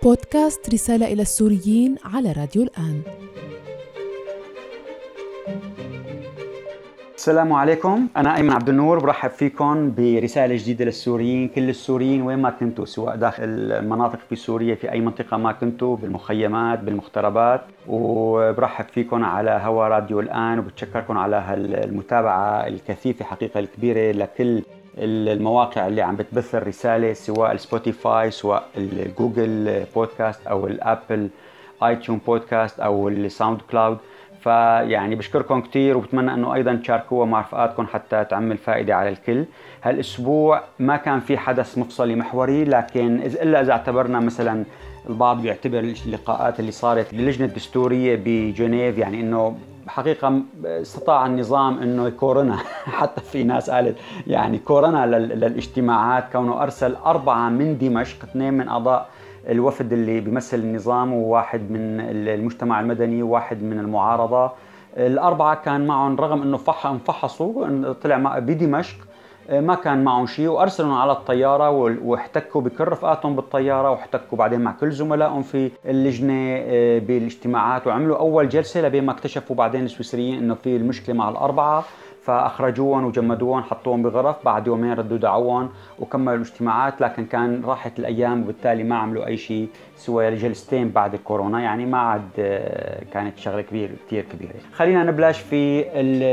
بودكاست رسالة إلى السوريين على راديو الآن. السلام عليكم، أنا أيمن عبد النور، برحب فيكم برسالة جديدة للسوريين. كل السوريين وين ما كنتوا، سواء داخل المناطق في سوريا في أي منطقة ما كنتوا، بالمخيمات بالمغتربات، وبرحب فيكم على هوا راديو الآن، وبتشكركم على المتابعة الكثيفة حقيقة الكبيرة لكل المواقع اللي عم بتبث الرسالة، سواء السبوتيفاي، سواء الجوجل بودكاست أو الأبل آيتون بودكاست أو الساوند كلاود. فيعني بشكركم كتير، وبتمنى أنه أيضا تشاركوها مع رفقاتكم حتى تعمل فائدة على الكل. هالأسبوع ما كان في حدث مفصلي محوري، لكن إلا إذا اعتبرنا مثلا البعض بيعتبر اللقاءات اللي صارت للجنة الدستورية بجنيف، يعني أنه حقيقة استطاع النظام أنه يكورنا حتى في ناس قالت يعني كورنا للاجتماعات، كونه أرسل 4 من دمشق، 2 من أعضاء الوفد اللي بيمثل النظام، وواحد من المجتمع المدني، وواحد من المعارضة. ال4 كان معهم، رغم أنه انفحصوا طلع بدمشق ما كان معهم شيء، وأرسلوا على الطيارة واحتكوا بكل رفقاتهم بالطيارة، واحتكوا بعدين مع كل زملائهم في اللجنة بالاجتماعات، وعملوا أول جلسة لبين ما اكتشفوا بعدين السويسريين أنه في المشكلة مع ال4، فأخرجوهم وجمدوهم، حطوهم بغرف. بعد يومين ردوا دعوهم وكملوا الاجتماعات، لكن كان راحت الأيام وبالتالي ما عملوا أي شيء سوى جلستين بعد الكورونا، يعني ما عاد كانت شغلة كتير كبيرة. خلينا نبلش في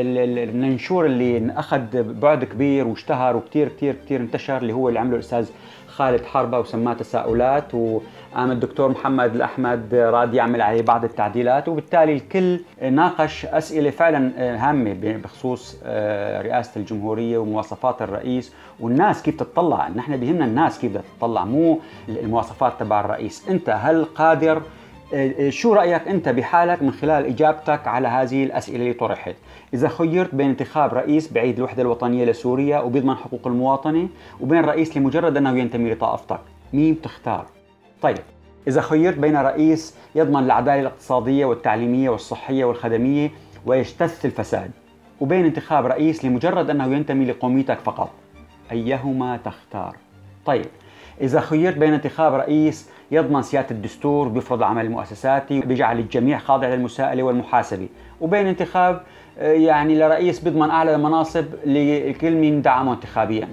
المنشور اللي أخذ بعد كبير واشتهر وكتير كتير كتير انتشر، اللي هو اللي عمله الأستاذ خالد حربة وسماه تساؤلات، وقام الدكتور محمد الأحمد راد يعمل عليه بعض التعديلات، وبالتالي الكل ناقش أسئلة فعلا هامة بخصوص رئاسة الجمهورية ومواصفات الرئيس، والناس كيف تتطلع. نحن بيهمنا الناس كيف تتطلع، مو المواصفات تبع الرئيس. أنت هل قادر؟ شو رأيك أنت بحالك من خلال إجابتك على هذه الأسئلة اللي طرحت؟ إذا خيرت بين انتخاب رئيس بعيد الوحدة الوطنية لسوريا وبيضمن حقوق المواطنة، وبين رئيس لمجرد أنه ينتمي لطائفتك، مين بتختار؟ طيب، إذا خيرت بين رئيس يضمن العدالة الاقتصادية والتعليمية والصحية والخدمية ويجتث الفساد، وبين انتخاب رئيس لمجرد أنه ينتمي لقوميتك فقط، أيهما تختار؟ طيب، إذا خيرت بين انتخاب رئيس يضمن سيادة الدستور، بيفرض العمل المؤسساتي، بيجعل الجميع خاضع للمساءلة والمحاسبة، وبين انتخاب يعني لرئيس بيضمن أعلى المناصب لكل من دعمه انتخابيا،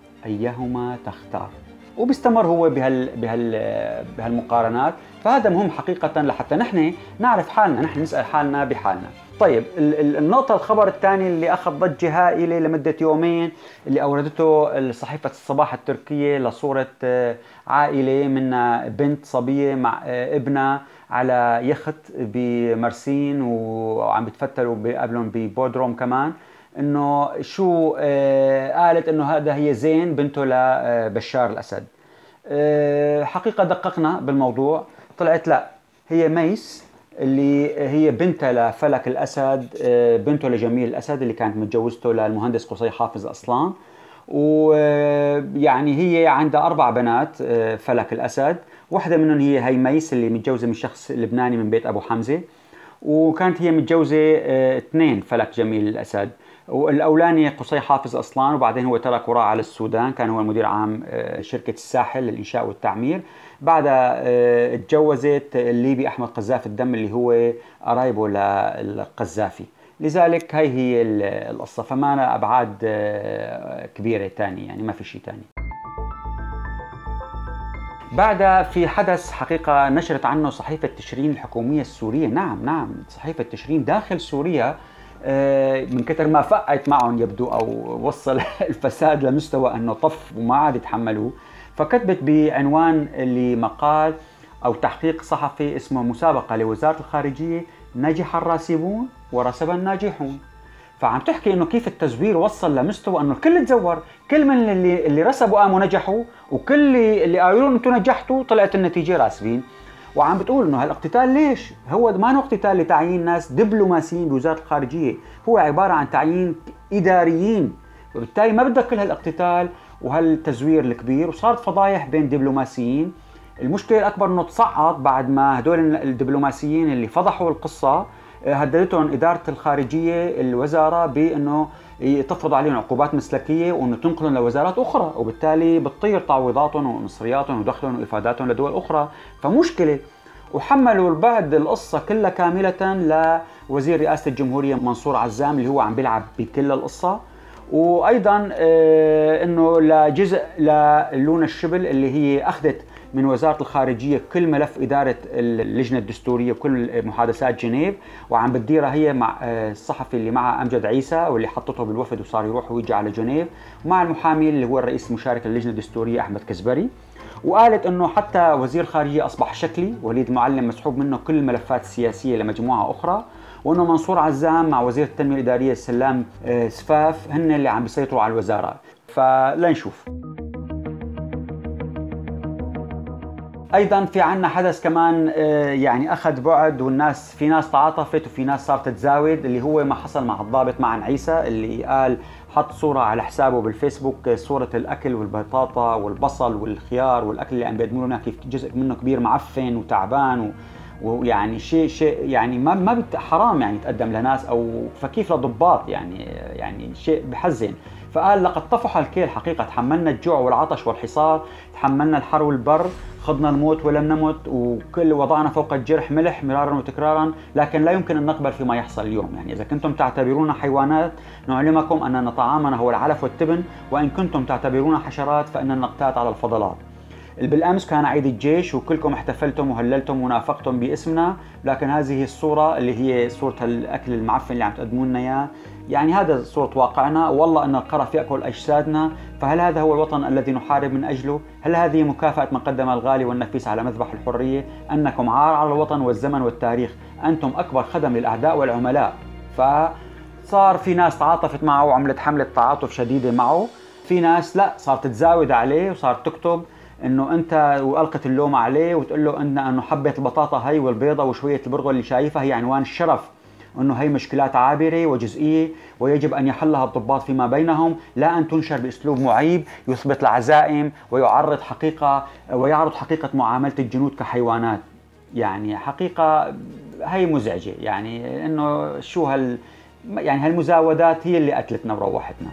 أيهما تختار؟ وبيستمر هو بهالمقارنات. فهذا مهم حقيقة لحتى نحن نعرف حالنا، نحن نسأل حالنا بحالنا. طيب، النقطة الخبر الثاني اللي أخذ ضجة هائلة لمدة يومين، اللي أوردته صحيفة الصباح التركية لصورة عائلة من بنت صبية مع ابنها على يخت بمرسين، وعم بتفتلوا قبلهم ببودروم كمان. انه شو قالت انه هذا هي زين بنته لبشار الاسد. حقيقة دققنا بالموضوع، طلعت لا، هي ميس اللي هي بنتها لفلك الاسد، بنته لجميل الاسد اللي كانت متجوزته للمهندس قصي حافظ اصلان. ويعني هي عندها 4 بنات فلك الاسد، واحدة منهم هي ميس اللي متجوزة من شخص لبناني من بيت ابو حمزة، وكانت هي متجوزة 2 فلك جميل الاسد، والأولاني قصي حافظ أصلان، وبعدين هو ترك وراء على السودان، كان هو المدير عام شركة الساحل للإنشاء والتعمير. بعدها اتجوزت الليبي أحمد قذافي الدم اللي هو قرايبه للقذافي. لذلك هي القصة، فما أبعاد كبيرة تاني، يعني ما في شيء تاني. بعدها في حدث حقيقة نشرت عنه صحيفة تشرين الحكومية السورية، نعم صحيفة تشرين داخل سوريا، من كتر ما فقعت معهم يبدو، أو وصل الفساد لمستوى أنه طف وما عاد يتحملوه. فكتبت بعنوان لمقال أو تحقيق صحفي اسمه مسابقة لوزارة الخارجية، نجح الراسبون ورسب الناجحون. فعم تحكي انه كيف التزوير وصل لمستوى انه الكل تزور، كل من اللي رسبوا قاموا نجحوا، وكل اللي قالوا انتم نجحتوا طلعت النتيجة راسبين. وعم بتقول انه هالاقتتال ليش؟ هو ما هو اقتتال لتعيين ناس دبلوماسيين بوزارة الخارجية، هو عبارة عن تعيين إداريين، وبالتالي ما بدك كل هالاقتتال وهالتزوير الكبير. وصارت فضايح بين دبلوماسيين. المشكلة الأكبر انه تصعد بعد ما هدول الدبلوماسيين اللي فضحوا القصة هددتهم إدارة الخارجية الوزارة بأنه تفرض عليهم عقوبات مسلكية وأنه تنقلهم لوزارات أخرى، وبالتالي بتطير تعويضاتهم ومصرياتهم ودخلهم وإفاداتهم لدول أخرى، فمشكلة. وحملوا البعض القصة كلها كاملة لوزير رئاسة الجمهورية منصور عزام اللي هو عم بيلعب بكل القصة، وأيضا أنه لجزء للونا الشبل اللي هي أخذت من وزارة الخارجية كل ملف إدارة اللجنة الدستورية وكل محادثات جنيف، وعم بتديرها هي مع الصحفي اللي معها أمجد عيسى واللي حطته بالوفد وصار يروح ويجي على جنيف، ومع المحامي اللي هو الرئيس المشارك للجنة الدستورية أحمد كزبري. وقالت أنه حتى وزير الخارجية أصبح شكلي، وليد المعلم مسحوب منه كل الملفات السياسية لمجموعة أخرى، وأنه منصور عزام مع وزير التنمية الإدارية سلام سفاف هن اللي عم بيسيطروا على الوزارة. فلنشوف. أيضا في عنا حدث كمان يعني أخذ بعد، والناس في ناس تعاطفت وفي ناس صارت تزاود، اللي هو ما حصل مع الضابط معن عيسى اللي قال حط صورة على حسابه بالفيسبوك، صورة الأكل والبطاطا والبصل والخيار والأكل اللي عم بيقدموا لنا، كيف جزء منه كبير معفن وتعبان ويعني شيء يعني ما حرام يعني يتقدم لناس أو فكيف لضباط، يعني شيء بحزن. فقال لقد طفح الكيل حقيقة، تحملنا الجوع والعطش والحصار، تحملنا الحر والبر، خضنا الموت ولم نمت، وكل وضعنا فوق الجرح ملح مرارا وتكرارا، لكن لا يمكن أن نقبل فيما يحصل اليوم. يعني إذا كنتم تعتبرون حيوانات نعلمكم أن طعامنا هو العلف والتبن، وإن كنتم تعتبرون حشرات فإننا نقتات على الفضلات. بالأمس كان عيد الجيش وكلكم احتفلتم وهللتم ونافقتم باسمنا، لكن هذه الصورة اللي هي صورة الأكل المعفن اللي عم تقدمون لنا إياه، يعني هذا صورة واقعنا. والله أن القرف يأكل أجسادنا، فهل هذا هو الوطن الذي نحارب من أجله؟ هل هذه مكافأة من قدم الغالي والنفيس على مذبح الحرية؟ أنكم عار على الوطن والزمن والتاريخ، أنتم أكبر خدم للأعداء والعملاء. فصار في ناس تعاطفت معه وعملت حملة تعاطف شديدة معه، في ناس لا صارت تزاود عليه وصارت تكتب انه انت، والقت اللوم عليه وتقول له انه حبة البطاطا هي والبيضة وشوية البرغل اللي شايفها هي عنوان الشرف، انه هي مشكلات عابرة وجزئية ويجب ان يحلها الضباط فيما بينهم، لا ان تنشر باسلوب معيب يثبت العزائم ويعرض حقيقة معاملة الجنود كحيوانات. يعني حقيقة هي مزعجة، يعني انه شو يعني هالمزاودات هي اللي قتلتنا وروحتنا.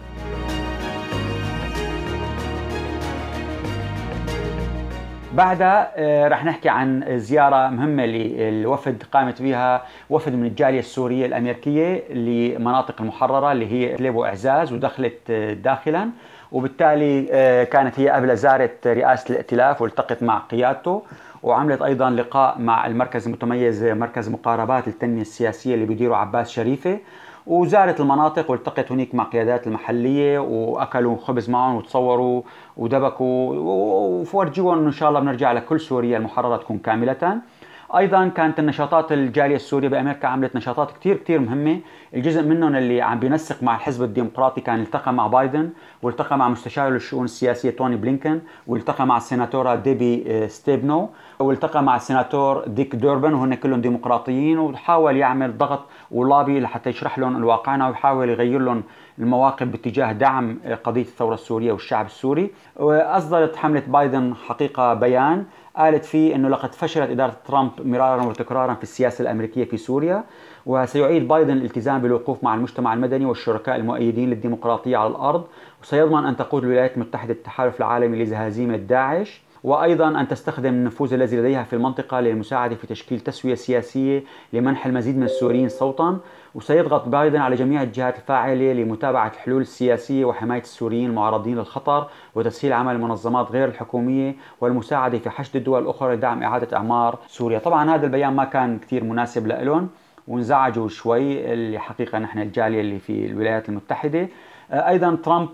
بعدها رح نحكي عن زيارة مهمة للوفد قامت بها وفد من الجالية السورية الأمريكية لمناطق المحررة اللي هي إدلب وإعزاز، ودخلت داخلا، وبالتالي كانت هي قبل زارت رئاسة الائتلاف والتقت مع قيادته، وعملت أيضا لقاء مع المركز المتميز مركز مقاربات للتنمية السياسية اللي بيديره عباس شريفة، وزارت المناطق والتقت هناك مع قيادات المحلية وأكلوا خبز معهم وتصوروا ودبكوا وفرجيهم إن شاء الله بنرجع لكل سوريا المحررة تكون كاملة. أيضا كانت النشاطات الجالية السورية بأمريكا عملت نشاطات كتير مهمة، الجزء منهم اللي عم بينسق مع الحزب الديمقراطي كان التقى مع بايدن، والتقى مع مستشار للشؤون السياسية توني بلينكن، والتقى مع السيناتورة ديبي ستيبنو، والتقى مع السيناتور ديك دوربن، وهن كلهم ديمقراطيين، وحاول يعمل ضغط ولابي لحتى يشرح لهم الواقعنا ويحاول يغير لهم المواقف باتجاه دعم قضية الثورة السورية والشعب السوري. وأصدرت حملة بايدن حقيقة بيان قالت فيه أنه لقد فشلت إدارة ترامب مرارا وتكرارا في السياسة الأمريكية في سوريا، وسيعيد بايدن الالتزام بالوقوف مع المجتمع المدني والشركاء المؤيدين للديمقراطية على الأرض، وسيضمن أن تقود الولايات المتحدة التحالف العالمي لهزيمة داعش، وأيضا أن تستخدم النفوذ الذي لديها في المنطقة للمساعدة في تشكيل تسوية سياسية لمنح المزيد من السوريين صوتا. وسيضغط بايدن على جميع الجهات الفاعلة لمتابعة الحلول السياسية وحماية السوريين المعرضين للخطر وتسهيل عمل المنظمات غير الحكومية والمساعدة في حشد الدول الأخرى لدعم إعادة إعمار سوريا. طبعا هذا البيان ما كان كتير مناسب لهم وانزعجوا شوي اللي حقيقة نحن الجالية اللي في الولايات المتحدة. أيضا ترامب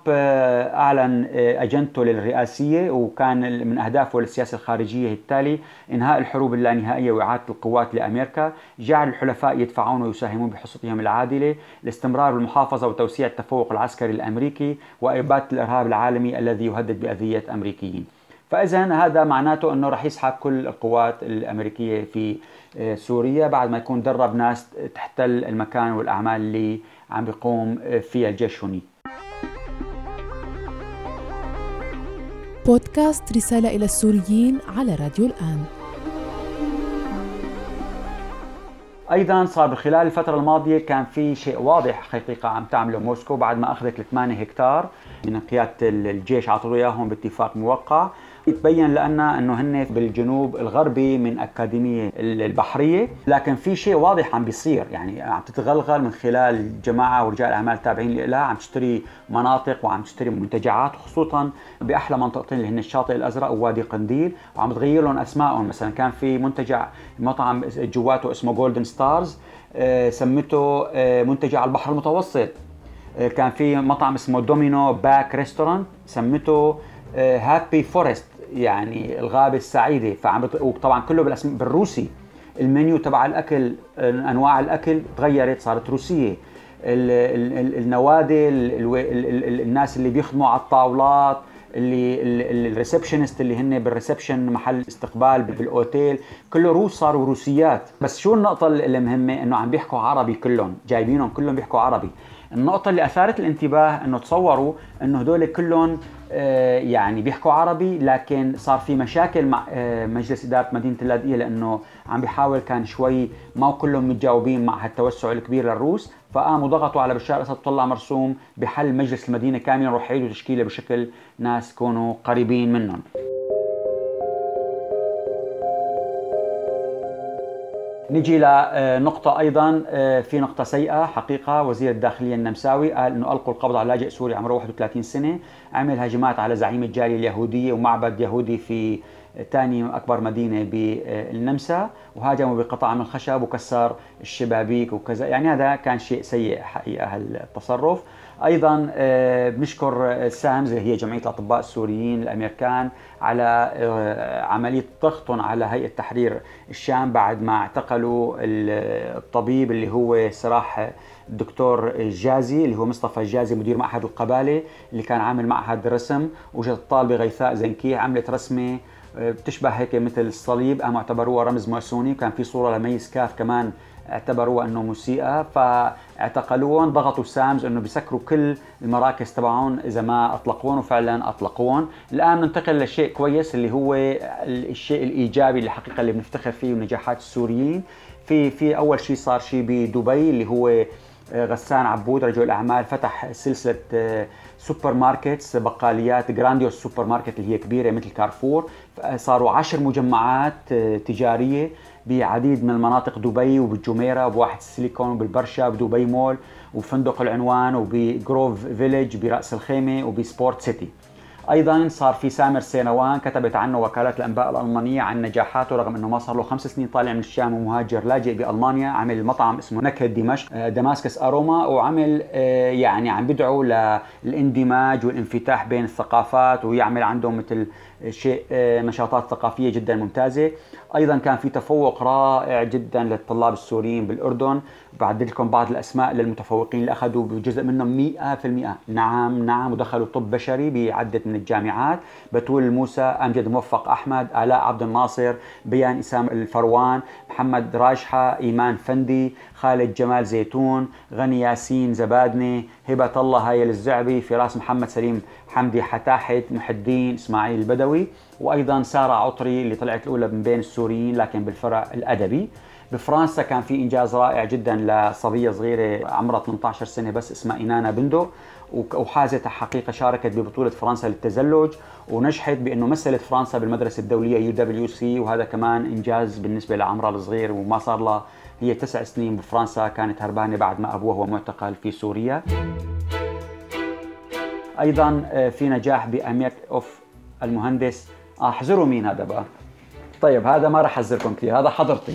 أعلن أجندته للرئاسية، وكان من أهدافه للسياسة الخارجية التالي إنهاء الحروب اللانهائية وإعادة القوات لأمريكا، جعل الحلفاء يدفعون ويساهمون بحصتهم العادلة، الاستمرار بالمحافظة وتوسيع التفوق العسكري الأمريكي، وإبادة الإرهاب العالمي الذي يهدد بأذية أمريكيين. فإذن هذا معناته أنه رح يسحب كل القوات الأمريكية في سوريا بعد ما يكون درب ناس تحتل المكان والأعمال اللي عم بيقوم فيها الجيش هناك. بودكاست رسالة إلى السوريين على راديو الآن. ايضا صار خلال الفتره الماضيه كان في شيء واضح حقيقه عم تعمله موسكو بعد ما اخذت 8 هكتار من قياده الجيش، عطوا اياهم باتفاق موقع. يتبين لنا انه هن بالجنوب الغربي من اكاديميه البحريه، لكن في شيء واضح عم بيصير، يعني عم تتغلغل من خلال الجماعه ورجال الاعمال التابعين لها، عم تشتري مناطق وعم تشتري منتجعات، خصوصا باحلى منطقتين اللي هن الشاطئ الازرق ووادي قنديل، وعم تغير لهم اسمائهم. مثلا كان في منتجع مطعم جواته اسمه جولدن ستارز، سمته منتجع البحر المتوسط. كان في مطعم اسمه دومينو باك ريستورانت، سمته هابي فورست، يعني الغابة السعيدة. وطبعا كله بالروسي. المنيو تبع الأكل، أنواع الأكل تغيرت، صارت روسية. النوادي، الناس اللي بيخدموا على الطاولات، الريسبشنست اللي هن بالريسبشن محل استقبال بالاوتيل، كله روس، صاروا روسيات. بس شو النقطة المهمة؟ انه عم بيحكوا عربي، كلهم جايبينهم كلهم بيحكوا عربي. النقطة اللي أثارت الانتباه أنه تصوروا أنه هدول كلهم يعني بيحكوا عربي، لكن صار في مشاكل مع مجلس إدارة مدينة اللاذقية، لأنه عم بيحاول كان شوي ما كلهم متجاوبين مع هالتوسع الكبير للروس، فقاموا ضغطوا على بشار الأسد وطلع مرسوم بحل مجلس المدينة كاملا، وراح يعيدوا تشكيله بشكل ناس يكونوا قريبين منهم. نجي لنقطة أيضا، في نقطة سيئة حقيقة. وزير الداخلية النمساوي قال إنه ألقوا القبض على لاجئ سوري عمره 31 سنة، عمل هجمات على زعيم الجالية اليهودية ومعبد يهودي في ثاني أكبر مدينة بالنمسا، وهاجموا بقطع من الخشب وكسر الشبابيك وكذا. يعني هذا كان شيء سيء حقيقة هالتصرف. أيضا بنشكر سامز اللي هي جمعية الأطباء السوريين الأمريكان على عملية ضغطهم على هيئة تحرير الشام بعد ما اعتقلوا الطبيب اللي هو سراح الدكتور الجازي، اللي هو مصطفى الجازي مدير معهد القبالة اللي كان عامل معهد رسم. وجت الطالبة غيثاء زنكي عملت رسمة بتشبه هيك مثل الصليب، قاموا اعتبروها رمز ماسوني. وكان في صورة لميس كاف كمان اعتبروها انه موسيقى، فاعتقلوهم. ضغطوا سامز انه بيسكروا كل المراكز تبعهم اذا ما اطلقوهم، وفعلا اطلقوهم. الان ننتقل لشيء كويس اللي هو الشيء الايجابي اللي حقيقة اللي بنفتخر فيه ونجاحات السوريين. في اول شيء صار شيء بدبي، اللي هو غسان عبود رجل الأعمال فتح سلسلة سوبر ماركتس، بقاليات جرانديوس سوبر ماركت اللي هي كبيرة مثل كارفور. صاروا 10 مجمعات تجارية بعديد من المناطق دبي، وبالجميرة وبواحد السيليكون وبالبرشا وبدبي مول وبفندق العنوان وبجروف فيليج برأس الخيمة وبسبورت سيتي. ايضا صار في سامر سينوان كتبت عنه وكالات الانباء الالمانيه عن نجاحاته، رغم انه ما صار له 5 سنين طالع من الشام ومهاجر لاجئ بالمانيا. عمل مطعم اسمه نكهه دمشق دماسكس اروما، وعمل يعني عم بدعو للاندماج والانفتاح بين الثقافات، ويعمل عندهم مثل شيء نشاطات ثقافيه جدا ممتازه. ايضا كان في تفوق رائع جدا للطلاب السوريين بالاردن. بعدد لكم بعض الاسماء للمتفوقين اللي اخذوا بجزء منهم 100%. نعم ودخلوا طب بشري بعده من الجامعات: بتول الموسى، امجد موفق احمد، الاء عبد الناصر، بيان اسام الفروان، محمد راجحه، ايمان فندي، خالد جمال زيتون، غني ياسين زبادنه، هبه الله هايل الزعبي، فراس محمد سليم، حمدي حتاحت، محي الدين اسماعيل البدوي. وايضا ساره عطري اللي طلعت الاولى من بين السوريين لكن بالفرع الادبي. بفرنسا كان في انجاز رائع جدا لصبيه صغيره عمرها 18 سنه بس، اسمها إنانا بندو، وحازت حقيقه شاركت ببطوله فرنسا للتزلج، ونجحت بانه مثلت فرنسا بالمدرسه الدوليه UWC، وهذا كمان انجاز بالنسبه لعمرها الصغير. وما صار لها هي 9 سنين بفرنسا، كانت هربانه بعد ما ابوها هو معتقل في سوريا. ايضا في نجاح بامير اوف المهندس، احذروا مين هذا بقى. طيب هذا ما راح احذركم كثير، هذا حضرتي.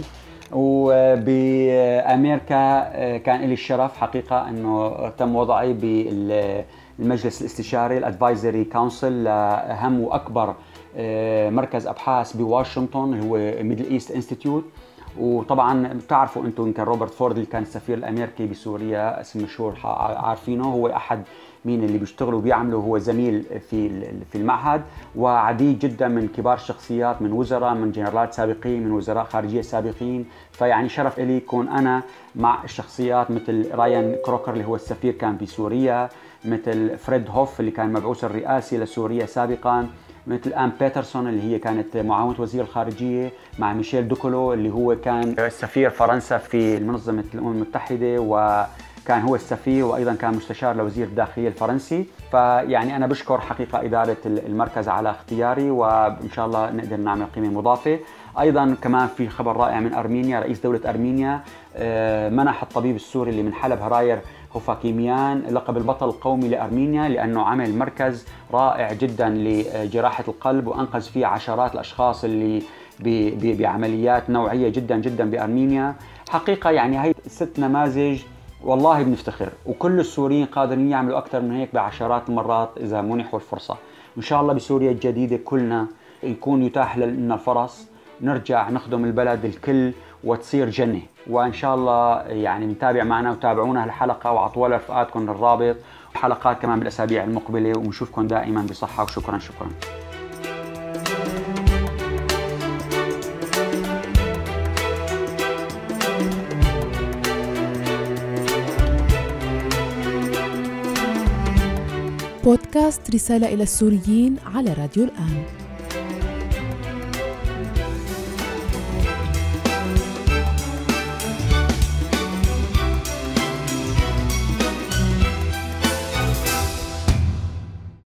وبأمريكا كان لي الشرف حقيقة أنه تم وضعي بالمجلس الاستشاري الادفايزري كونسل لأهم وأكبر مركز أبحاث بواشنطن اللي هو ميدل إيست انستيتيوت. وطبعا بتعرفوا انتم كان روبرت فورد اللي كان السفير الامريكي بسوريا، اسم مشهور عارفينه، هو احد مين اللي بيشتغلوا وبيعملوا، هو زميل في المعهد، وعديد جدا من كبار الشخصيات، من وزراء، من جنرالات سابقين، من وزراء خارجيه سابقين. فيعني شرف لي يكون انا مع الشخصيات مثل رايان كروكر اللي هو السفير كان بسوريا، مثل فريد هوف اللي كان مبعوث الرئاسي لسوريا سابقا، مثل آن بيترسون اللي هي كانت معاونة وزير الخارجية، مع ميشيل دوكولو اللي هو كان سفير فرنسا في منظمة الأمم المتحدة وكان هو السفير وأيضا كان مستشار لوزير الداخلية الفرنسي. فيعني أنا بشكر حقيقة إدارة المركز على اختياري، وإن شاء الله نقدر نعمل قيمة مضافة. أيضا كمان في خبر رائع من أرمينيا. رئيس دولة أرمينيا منح الطبيب السوري اللي من حلب هراير هوفاكيميان لقب البطل القومي لأرمينيا، لأنه عمل مركز رائع جدا لجراحة القلب وأنقذ فيه عشرات الأشخاص اللي بعمليات نوعية جدا جدا بأرمينيا. حقيقة يعني هاي 6 نماذج والله بنفتخر، وكل السوريين قادرين يعملوا أكثر من هيك بعشرات المرات إذا منحوا الفرصة. وإن شاء الله بسوريا الجديدة كلنا يكون يتاح لنا الفرص، نرجع نخدم البلد الكل وتصير جنة. وإن شاء الله يعني نتابع معنا وتابعونا هالحلقة وعطوا رفقاتكم الرابط، وحلقات كمان بالأسابيع المقبلة، ونشوفكم دائما بصحة وشكرا. بودكاست رسالة إلى السوريين على راديو الآن.